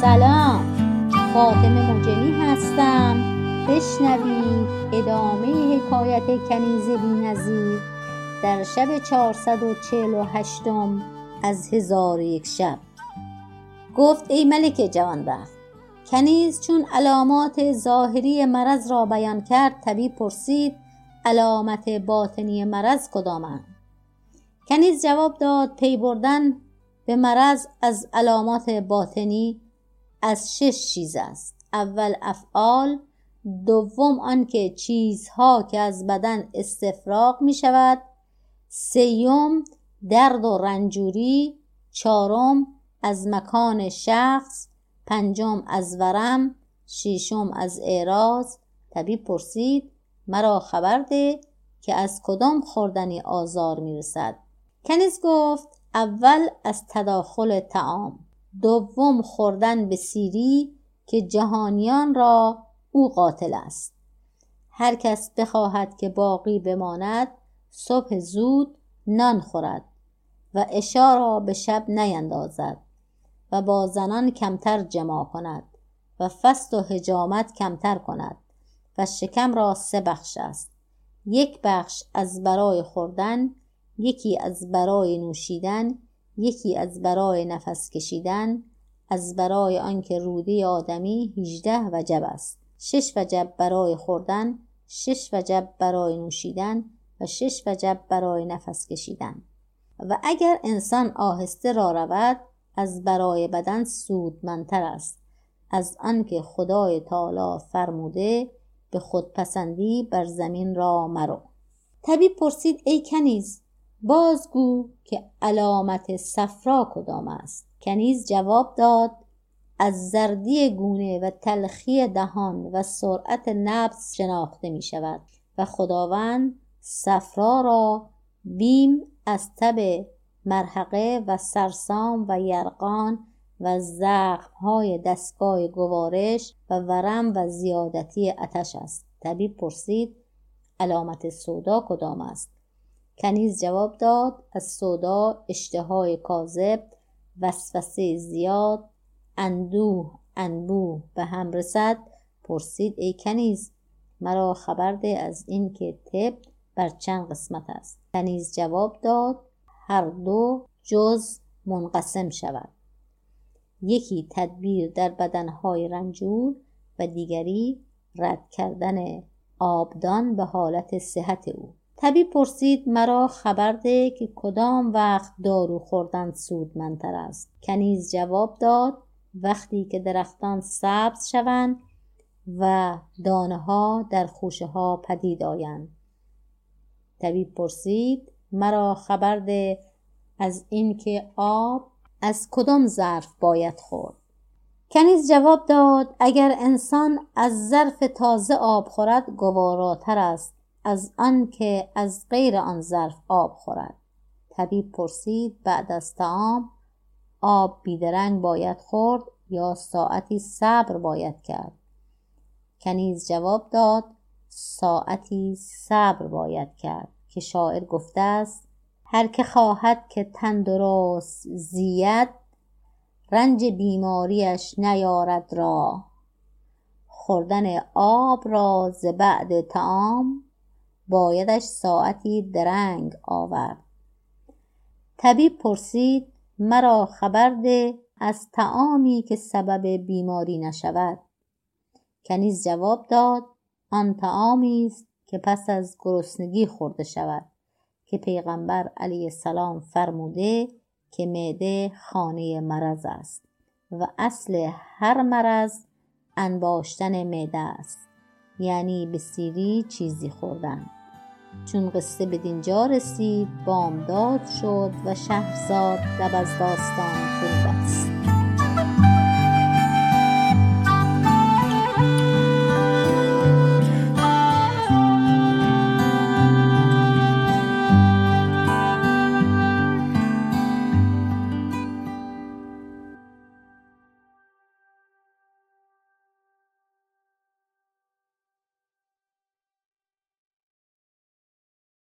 سلام، فاطمه مجنی هستم. بشنوید ادامه حکایت کنیز بی‌نظیر در شب 448 از 1001 شب. گفت ای ملک جوانبخت، کنیز چون علامات ظاهری مرض را بیان کرد، طبیب پرسید علامت باطنی مرض کدامند؟ کنیز جواب داد پی بردن به مرض از علامات باطنی از 6 چیز است. اول افعال، دوم آنکه چیزها که از بدن استفراغ می شود، سیوم درد و رنجوری، چهارم از مکان شخص، پنجم از ورم، ششم از اعراض. طبیب پرسید مرا خبر ده که از کدام خوردنی آزار می رسد؟ کنیز گفت اول از تداخل طعام، دوم خوردن به سیری که جهانیان را او قاتل است. هر کس بخواهد که باقی بماند، صبح زود نان خورد و عشا را به شب نیندازد و با زنان کمتر جماع کند و فست و حجامت کمتر کند و شکم را 3 بخش است: 1 بخش از برای خوردن، 1 از برای نوشیدن، 1 از برای نفس کشیدن، از برای آنکه روده آدمی 18 وجب است: 6 وجب برای خوردن، 6 وجب برای نوشیدن و 6 وجب برای نفس کشیدن. و اگر انسان آهسته را رود، از برای بدن سودمندتر است از آنکه خدای تعالی فرموده به خودپسندی بر زمین را مرو. طبیب پرسید ای کنیز، بازگو که علامت صفرا کدام است؟ کنیز جواب داد از زردی گونه و تلخی دهان و سرعت نبض شناخته می شود و خداوند صفرا را بیم از تب مرحقه و سرسام و یرقان و زخم‌های دستگاه گوارش و ورم و زیادتی آتش است. طبیب پرسید علامت سودا کدام است؟ کنیز جواب داد از سودا اشتهای کاذب، وسوسه زیاد، انبوه به هم رسد. پرسید ای کنیز، مرا خبر ده از این که طب بر چند قسمت است؟ کنیز جواب داد هر دو جز منقسم شود: 1 تدبیر در بدنهای رنجور و دیگری رد کردن آبدان به حالت صحت او. طبیب پرسید مرا خبر ده که کدام وقت دارو خوردن سودمندتر است؟ کنیز جواب داد وقتی که درختان سبز شوند و دانه ها در خوشه ها پدید آیند. طبیب پرسید مرا خبر ده از این که آب از کدام ظرف باید خورد؟ کنیز جواب داد اگر انسان از ظرف تازه آب خورد گواراتر است از آن که از غیر آن ظرف آب خورد. طبیب پرسید بعد از طعام آب بیدرنگ باید خورد یا ساعتی صبر باید کرد؟ کنیز جواب داد ساعتی صبر باید کرد که شاعر گفته است هر که خواهد که تندرست زید، رنج بیماریش نیارد را. خوردن آب را ز بعد طعام، بایدش ساعتی درنگ آورد. طبیب پرسید مرا خبر ده از طعامی که سبب بیماری نشود؟ کنیز جواب داد آن طعامی است که پس از گرسنگی خورده شود که پیغمبر علیه السلام فرموده که معده خانه مرض است و اصل هر مرض انباشتن معده است، یعنی به سیری چیزی خوردن. چون قصه به دینجا رسید بامداد شد و شهرزاد لب از داستان فرو بست.